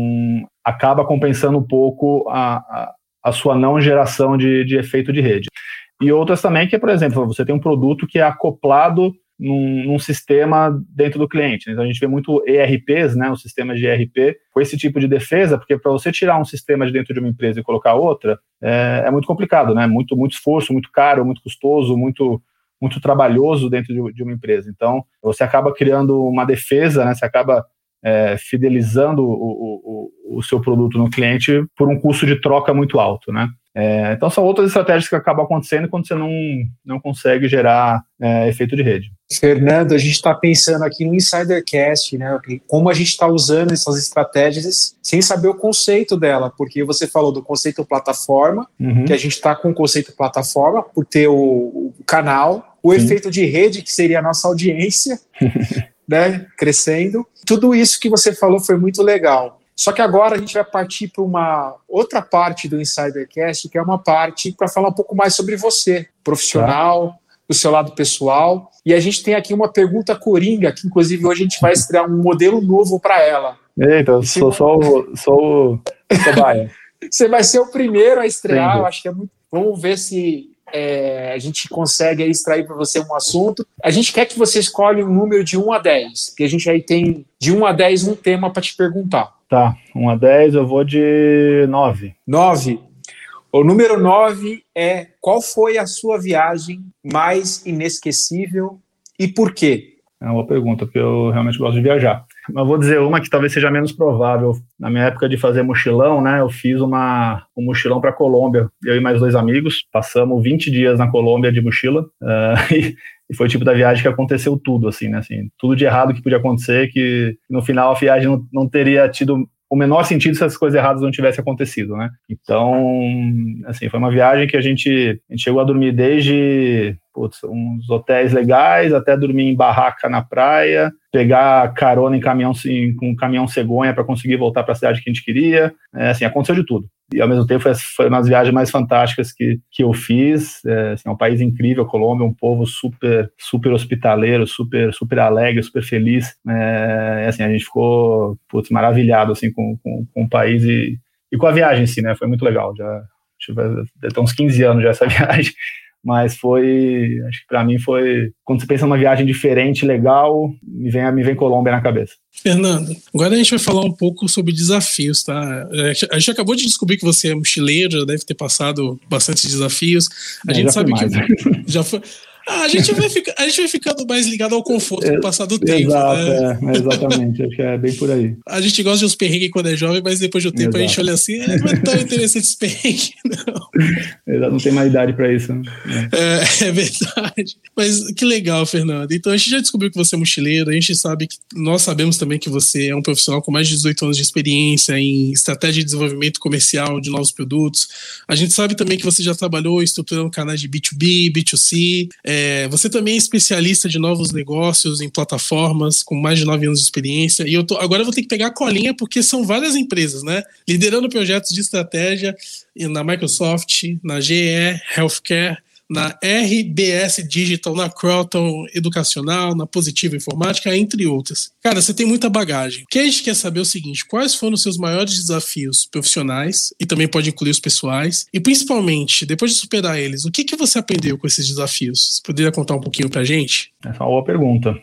acaba compensando um pouco a sua não geração de efeito de rede. E outras também que, por exemplo, você tem um produto que é acoplado num sistema dentro do cliente. Então, a gente vê muito ERPs, né, os sistemas de ERP, com esse tipo de defesa, porque para você tirar um sistema de dentro de uma empresa e colocar outra, é muito complicado, né? Muito esforço, muito caro, muito custoso, muito trabalhoso dentro de uma empresa. Então, você acaba criando uma defesa, né? Você acaba fidelizando o seu produto no cliente por um custo de troca muito alto, né? Então, são outras estratégias que acabam acontecendo quando você não consegue gerar efeito de rede. Fernando, a gente está pensando aqui no InsiderCast, né? Como a gente está usando essas estratégias sem saber o conceito dela, porque você falou do conceito plataforma, que a gente está com o conceito plataforma por ter o canal, o efeito de rede, que seria a nossa audiência, né? Crescendo. Tudo isso que você falou foi muito legal. Só que agora a gente vai partir para uma outra parte do InsiderCast, que é uma parte para falar um pouco mais sobre você, profissional, do seu lado pessoal. E a gente tem aqui uma pergunta coringa, que inclusive hoje a gente vai estrear um modelo novo para ela. Eita, sou o cobaia. Você vai ser o primeiro a estrear. Entendi. Eu acho que é muito. Vamos ver se a gente consegue aí extrair para você um assunto. A gente quer que você escolha um número de 1 a 10, que a gente aí tem de 1 a 10 um tema para te perguntar. Tá, 1 a 10 eu vou de 9. 9. O número 9 é: qual foi a sua viagem mais inesquecível e por quê? É uma boa pergunta, porque eu realmente gosto de viajar. Mas vou dizer uma que talvez seja menos provável. Na minha época de fazer mochilão, né, eu fiz um mochilão para a Colômbia. Eu e mais 2 amigos, passamos 20 dias na Colômbia de mochila. E foi o tipo da viagem que aconteceu tudo, assim, né? Assim, tudo de errado que podia acontecer, que no final a viagem não teria tido o menor sentido se as coisas erradas não tivessem acontecido, né? Então, assim, foi uma viagem que a gente chegou a dormir desde uns hotéis legais, até dormir em barraca na praia, pegar carona com um caminhão cegonha para conseguir voltar para a cidade que a gente queria. Assim, aconteceu de tudo. E, ao mesmo tempo, foi uma das viagens mais fantásticas que eu fiz. Assim, é um país incrível, a Colômbia, um povo super, super hospitaleiro, super, super alegre, super feliz. Assim, a gente ficou maravilhado assim, com o país e com a viagem em si, né? Foi muito legal. Deve ter uns 15 anos já essa viagem. Mas acho que para mim foi, quando você pensa numa viagem diferente, legal, me vem Colômbia na cabeça. Fernando, agora a gente vai falar um pouco sobre desafios, tá? A gente acabou de descobrir que você é mochileiro, já deve ter passado bastante desafios. A gente sabe que já foi. A gente vai ficando mais ligado ao conforto com o passar do tempo. Exato, né? Exatamente, acho que é bem por aí. A gente gosta de uns perrengues quando é jovem, mas depois do tempo a gente olha assim, não é tão interessante esse perrengue, não. Não tem mais idade para isso, né? É verdade. Mas que legal, Fernando. Então a gente já descobriu que você é mochileiro, nós sabemos também que você é um profissional com mais de 18 anos de experiência em estratégia de desenvolvimento comercial de novos produtos. A gente sabe também que você já trabalhou estruturando canais de B2B, B2C. Você também é especialista de novos negócios em plataformas, com mais de 9 anos de experiência. E agora eu vou ter que pegar a colinha, porque são várias empresas, né? Liderando projetos de estratégia na Microsoft, na GE Healthcare, na RBS Digital, na Croton Educacional, na Positivo Informática, entre outras. Cara, você tem muita bagagem. O que a gente quer saber é o seguinte: quais foram os seus maiores desafios profissionais, e também pode incluir os pessoais, e principalmente, depois de superar eles, o que você aprendeu com esses desafios? Você poderia contar um pouquinho pra gente? Essa é uma boa pergunta.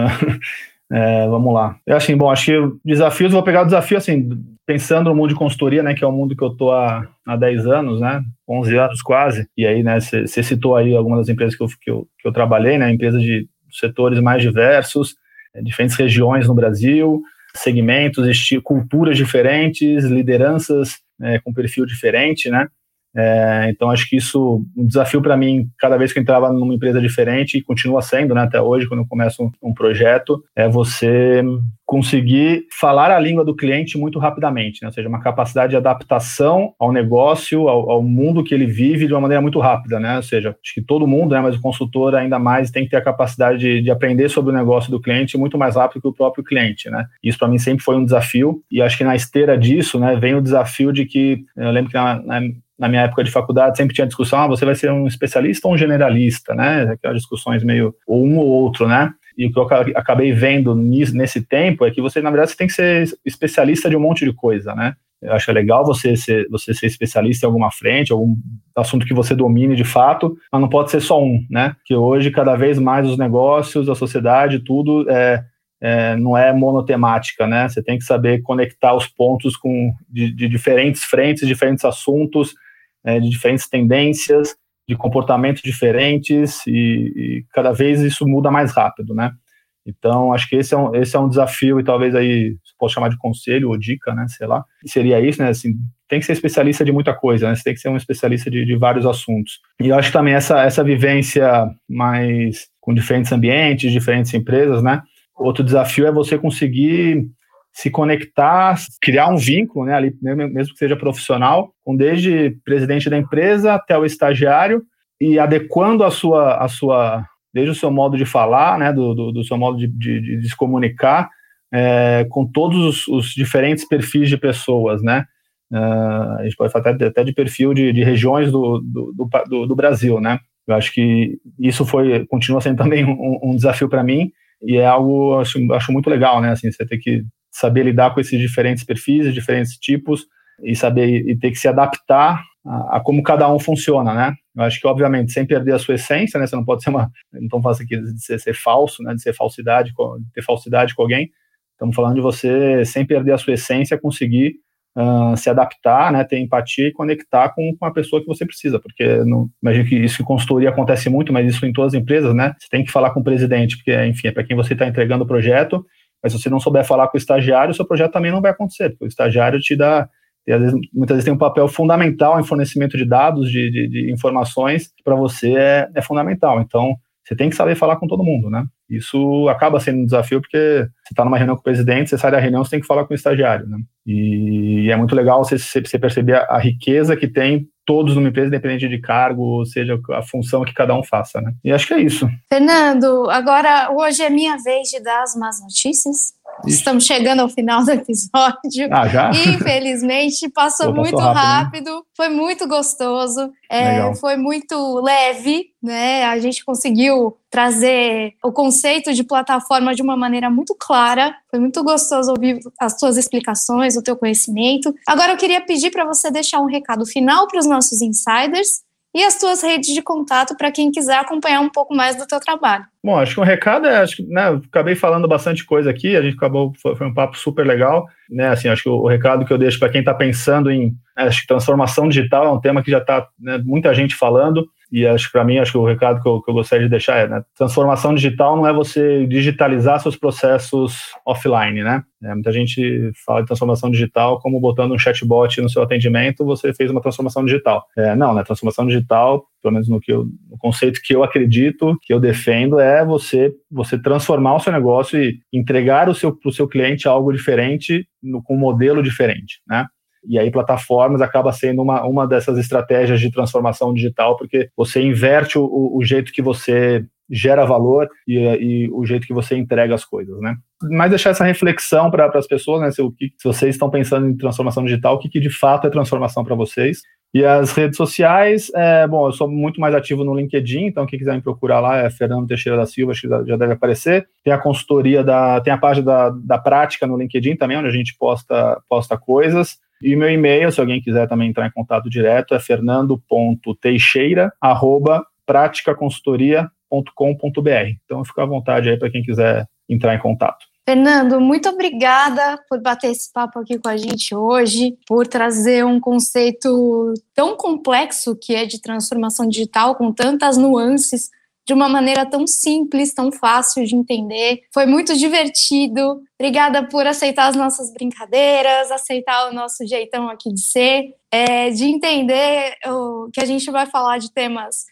Vamos lá. Acho que desafios, vou pegar o desafio, assim, pensando no mundo de consultoria, né, que é o mundo que eu tô há 10 anos, né, 11 anos quase, e aí, né, você citou aí algumas das empresas que eu trabalhei, né, empresas de setores mais diversos, diferentes regiões no Brasil, segmentos, culturas diferentes, lideranças com perfil diferente, né? Então acho que isso, um desafio para mim, cada vez que eu entrava numa empresa diferente, e continua sendo, né, até hoje, quando eu começo um projeto, é você conseguir falar a língua do cliente muito rapidamente, né? Ou seja, uma capacidade de adaptação ao negócio, ao mundo que ele vive de uma maneira muito rápida, né? Ou seja, acho que todo mundo, né, mas o consultor ainda mais tem que ter a capacidade de aprender sobre o negócio do cliente muito mais rápido que o próprio cliente, né? Isso para mim sempre foi um desafio, e acho que na esteira disso, né, vem o desafio de que, eu lembro que na minha época de faculdade sempre tinha discussão, você vai ser um especialista ou um generalista, né? Aquelas discussões meio ou um ou outro, né? E o que eu acabei vendo nesse tempo é que você, na verdade, você tem que ser especialista de um monte de coisa, né? Eu acho legal você ser especialista em alguma frente, algum assunto que você domine de fato, mas não pode ser só um, né? Porque hoje, cada vez mais, os negócios, a sociedade, tudo não é monotemática, né? Você tem que saber conectar os pontos de diferentes frentes, diferentes assuntos, de diferentes tendências, de comportamentos diferentes, e cada vez isso muda mais rápido, né? Então, acho que esse é um desafio, e talvez aí você pode chamar de conselho ou dica, né? Sei lá. Seria isso, né? Assim, tem que ser especialista de muita coisa, né? Você tem que ser um especialista de vários assuntos. E eu acho também essa vivência mais com diferentes ambientes, diferentes empresas, né? Outro desafio é você conseguir se conectar, criar um vínculo, né, ali, mesmo que seja profissional, com desde presidente da empresa até o estagiário, e adequando desde o seu modo de falar, né, do seu modo de se comunicar, com todos os diferentes perfis de pessoas, né? A gente pode falar até de perfil de regiões do Brasil, né? Eu acho que isso continua sendo também um desafio para mim, e é algo, acho muito legal, né? Assim, você tem que saber lidar com esses diferentes perfis, diferentes tipos, e ter que se adaptar a como cada um funciona, né? Eu acho que, obviamente, sem perder a sua essência, né? Você não pode ser não estamos falando aqui de ser falso, né? De ser falsidade, ter falsidade com alguém. Estamos falando de você, sem perder a sua essência, conseguir se adaptar, né? Ter empatia e conectar com a pessoa que você precisa, porque imagino que isso em consultoria acontece muito, mas isso em todas as empresas, né? Você tem que falar com o presidente, porque, enfim, é para quem você está entregando o projeto. Mas se você não souber falar com o estagiário, o seu projeto também não vai acontecer, porque o estagiário muitas vezes tem um papel fundamental em fornecimento de dados, de informações, que para você é fundamental. Então, você tem que saber falar com todo mundo, né? Isso acaba sendo um desafio, porque você está numa reunião com o presidente, você sai da reunião, você tem que falar com o estagiário, né? E é muito legal você perceber a riqueza que tem todos numa empresa, independente de cargo, ou seja, a função que cada um faça, né? E acho que é isso. Fernando, agora hoje é minha vez de dar as más notícias. Ixi. Estamos chegando ao final do episódio. Já? Infelizmente, passou muito rápido. Foi muito gostoso. Foi muito leve, né? A gente conseguiu trazer o conceito de plataforma de uma maneira muito clara. Foi muito gostoso ouvir as tuas explicações, o teu conhecimento. Agora eu queria pedir para você deixar um recado final para os nossos insiders e as tuas redes de contato para quem quiser acompanhar um pouco mais do teu trabalho. Bom, acho que o recado eu acabei falando bastante coisa aqui, foi um papo super legal, né? Assim, acho que o recado que eu deixo para quem está pensando acho que transformação digital é um tema que já está, né, muita gente falando, e acho que para mim, o recado que eu gostaria de deixar é, né, transformação digital não é você digitalizar seus processos offline, né? Muita gente fala de transformação digital como botando um chatbot no seu atendimento, você fez uma transformação digital. Não, né? Transformação digital, pelo menos no conceito que eu acredito, que eu defendo, é você transformar o seu negócio e entregar pro seu cliente algo diferente, com um modelo diferente, né? E aí plataformas acaba sendo uma dessas estratégias de transformação digital, porque você inverte o jeito que você gera valor e o jeito que você entrega as coisas, né? Mas deixar essa reflexão para as pessoas, né? Se vocês estão pensando em transformação digital, o que de fato é transformação para vocês. E as redes sociais, eu sou muito mais ativo no LinkedIn, então quem quiser me procurar lá é Fernando Teixeira da Silva, acho que já deve aparecer. Tem a consultoria, tem a página da prática no LinkedIn também, onde a gente posta coisas. E meu e-mail, se alguém quiser também entrar em contato direto, é fernando.teixeira@praticaconsultoria.com.br. Então fica à vontade aí para quem quiser entrar em contato. Fernando, muito obrigada por bater esse papo aqui com a gente hoje, por trazer um conceito tão complexo que é de transformação digital, com tantas nuances de uma maneira tão simples, tão fácil de entender. Foi muito divertido. Obrigada por aceitar as nossas brincadeiras, aceitar o nosso jeitão aqui de ser, de entender que a gente vai falar de temas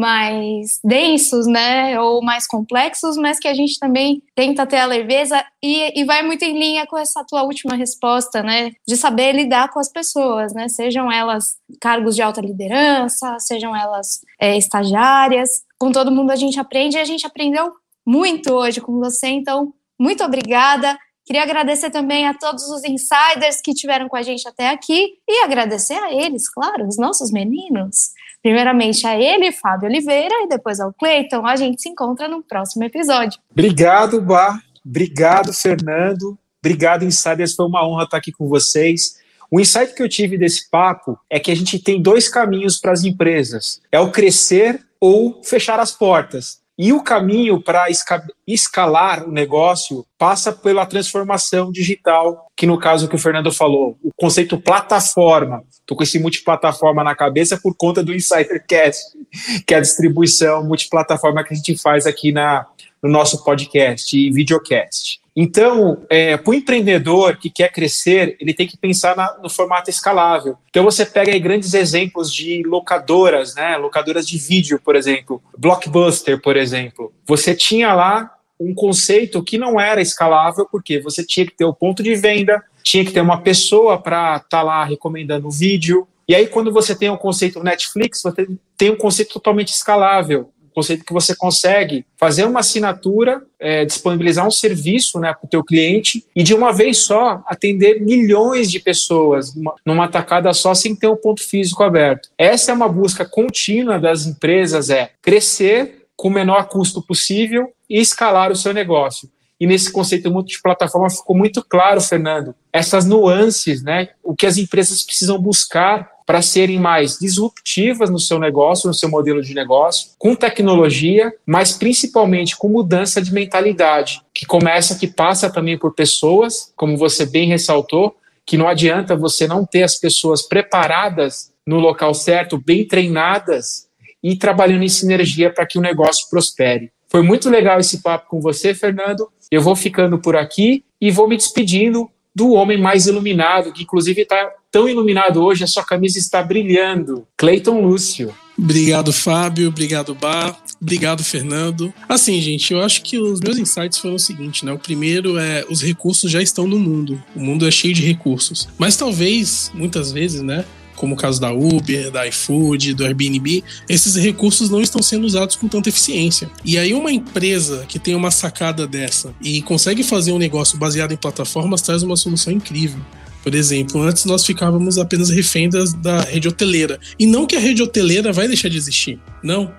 mais densos, né, ou mais complexos, mas que a gente também tenta ter a leveza e vai muito em linha com essa tua última resposta, né, de saber lidar com as pessoas, né, sejam elas cargos de alta liderança, sejam elas estagiárias, com todo mundo a gente aprende e a gente aprendeu muito hoje com você, então, muito obrigada. Queria agradecer também a todos os insiders que estiveram com a gente até aqui e agradecer a eles, claro, os nossos meninos. Primeiramente a ele, Fábio Oliveira, e depois ao Cleiton. A gente se encontra no próximo episódio. Obrigado, Bá. Obrigado, Fernando. Obrigado, insiders. Foi uma honra estar aqui com vocês. O insight que eu tive desse papo é que a gente tem 2 caminhos para as empresas. É o crescer ou fechar as portas. E o caminho para escalar o negócio passa pela transformação digital, que no caso que o Fernando falou, o conceito plataforma. Estou com esse multiplataforma na cabeça por conta do InsiderCast, que é a distribuição multiplataforma que a gente faz aqui no nosso podcast e videocast. Então, para o empreendedor que quer crescer, ele tem que pensar no formato escalável. Então, você pega aí grandes exemplos de locadoras, né? Locadoras de vídeo, por exemplo. Blockbuster, por exemplo. Você tinha lá um conceito que não era escalável, porque você tinha que ter o ponto de venda, tinha que ter uma pessoa para estar lá recomendando o vídeo. E aí, quando você tem o conceito Netflix, você tem um conceito totalmente escalável. Conceito que você consegue fazer uma assinatura, disponibilizar um serviço, né, para o teu cliente e de uma vez só atender milhões de pessoas numa tacada só sem ter um ponto físico aberto. Essa é uma busca contínua das empresas, crescer com o menor custo possível e escalar o seu negócio. E nesse conceito multiplataforma ficou muito claro, Fernando, essas nuances, né, o que as empresas precisam buscar para serem mais disruptivas no seu negócio, no seu modelo de negócio, com tecnologia, mas principalmente com mudança de mentalidade, que passa também por pessoas, como você bem ressaltou, que não adianta você não ter as pessoas preparadas no local certo, bem treinadas e trabalhando em sinergia para que o negócio prospere. Foi muito legal esse papo com você, Fernando. Eu vou ficando por aqui e vou me despedindo do homem mais iluminado, que inclusive está tão iluminado hoje, a sua camisa está brilhando. Cleiton Lúcio. Obrigado, Fábio. Obrigado, Bá. Obrigado, Fernando. Assim, gente, eu acho que os meus insights foram o seguinte, né? O primeiro é, os recursos já estão no mundo. O mundo é cheio de recursos. Mas talvez, muitas vezes, né? Como o caso da Uber, da iFood, do Airbnb, esses recursos não estão sendo usados com tanta eficiência. E aí uma empresa que tem uma sacada dessa e consegue fazer um negócio baseado em plataformas traz uma solução incrível. Por exemplo, antes nós ficávamos apenas refém da rede hoteleira. E não que a rede hoteleira vai deixar de existir, não.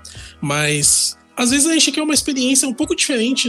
Mas às vezes a gente quer uma experiência um pouco diferente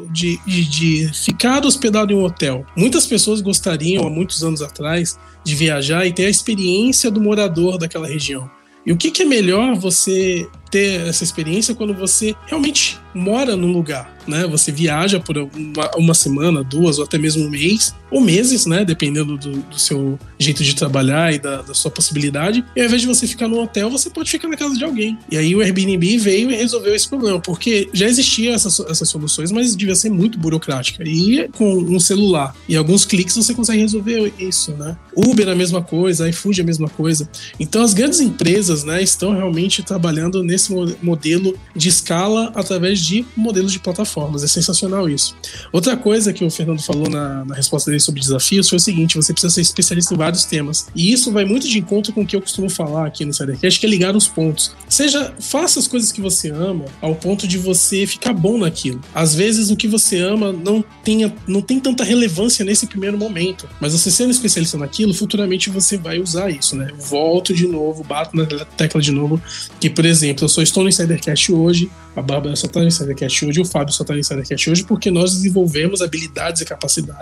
de ficar hospedado em um hotel. Muitas pessoas gostariam, há muitos anos atrás, de viajar e ter a experiência do morador daquela região. E o que é melhor você ter essa experiência quando você realmente mora num lugar, né? Você viaja por uma semana, 2 ou até mesmo um mês, ou meses, né? Dependendo do seu jeito de trabalhar e da sua possibilidade. E ao invés de você ficar num hotel, você pode ficar na casa de alguém. E aí o Airbnb veio e resolveu esse problema, porque já existiam essas soluções, mas devia ser muito burocrática. E com um celular e alguns cliques você consegue resolver isso, né? Uber a mesma coisa, iFood a mesma coisa. Então as grandes empresas, né, estão realmente trabalhando nesse modelo de escala através de modelos de plataformas. É sensacional isso. Outra coisa que o Fernando falou na resposta dele sobre desafios foi o seguinte: você precisa ser especialista em vários temas. E isso vai muito de encontro com o que eu costumo falar aqui no InsiderCast, que é ligar os pontos. Faça as coisas que você ama ao ponto de você ficar bom naquilo. Às vezes o que você ama não tem tanta relevância nesse primeiro momento, mas você sendo especialista naquilo, futuramente você vai usar isso, né? Volto de novo, bato na tecla de novo, que, por exemplo, eu só estou no InsiderCast hoje, a Bárbara só está no InsiderCast hoje, o Fábio só está no InsiderCast hoje porque nós desenvolvemos habilidades e capacidades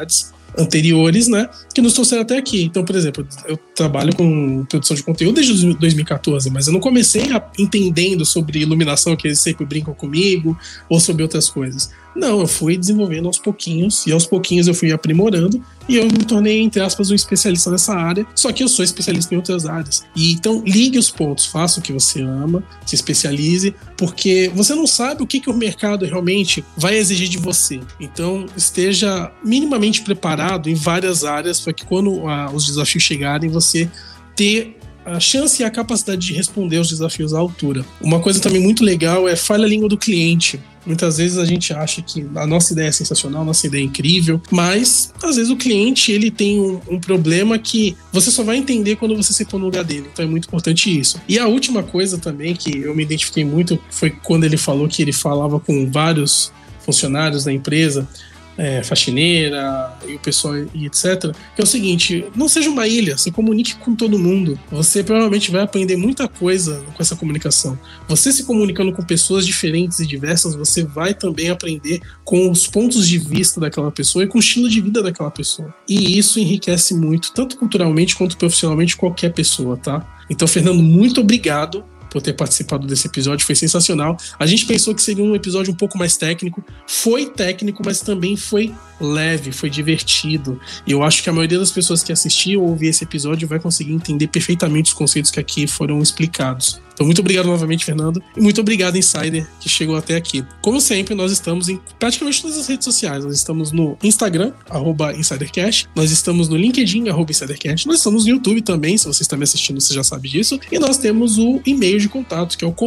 anteriores, né, que nos trouxeram até aqui. Então, por exemplo, eu trabalho com produção de conteúdo desde 2014, mas eu não comecei entendendo sobre iluminação, que eles sempre brincam comigo, ou sobre outras coisas. Não, eu fui desenvolvendo aos pouquinhos, e aos pouquinhos eu fui aprimorando, e eu me tornei, entre aspas, um especialista nessa área, só que eu sou especialista em outras áreas. E então, ligue os pontos, faça o que você ama, se especialize, porque você não sabe o que o mercado realmente vai exigir de você. Então, esteja minimamente preparado em várias áreas, para que quando os desafios chegarem, você ter a chance e a capacidade de responder aos desafios à altura. Uma coisa também muito legal é fale a língua do cliente. Muitas vezes a gente acha que a nossa ideia é sensacional, a nossa ideia é incrível, mas às vezes o cliente ele tem um problema que você só vai entender quando você se pôr no lugar dele. Então é muito importante isso. E a última coisa também que eu me identifiquei muito foi quando ele falou que ele falava com vários funcionários da empresa, faxineira e o pessoal e etc, que é o seguinte: não seja uma ilha, se comunique com todo mundo. Você provavelmente vai aprender muita coisa com essa comunicação. Você se comunicando com pessoas diferentes e diversas, você vai também aprender com os pontos de vista daquela pessoa e com o estilo de vida daquela pessoa. E isso enriquece muito, tanto culturalmente quanto profissionalmente, qualquer pessoa, tá? Então, Fernando, muito obrigado por ter participado desse episódio, foi sensacional. A gente pensou que seria um episódio um pouco mais técnico, foi técnico, mas também foi leve, foi divertido, e eu acho que a maioria das pessoas que assistiu ou ouvir esse episódio vai conseguir entender perfeitamente os conceitos que aqui foram explicados. Então, muito obrigado novamente, Fernando, e muito obrigado, Insider, que chegou até aqui. Como sempre, nós estamos em praticamente todas as redes sociais. Nós estamos no Instagram, @InsiderCast, nós estamos no LinkedIn, @InsiderCast, nós estamos no YouTube também, se você está me assistindo, você já sabe disso, e nós temos o e-mail de contato, que é o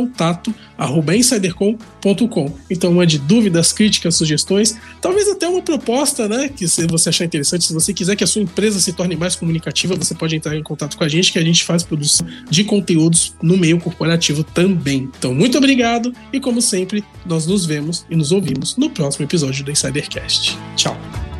contato@insidercom.com. Então, mande dúvidas, críticas, sugestões, talvez até uma proposta, né, que se você achar interessante, se você quiser que a sua empresa se torne mais comunicativa, você pode entrar em contato com a gente, que a gente faz produção de conteúdos no meio corporativo também. Então, muito obrigado, e como sempre, nós nos vemos e nos ouvimos no próximo episódio do InsiderCast. Tchau!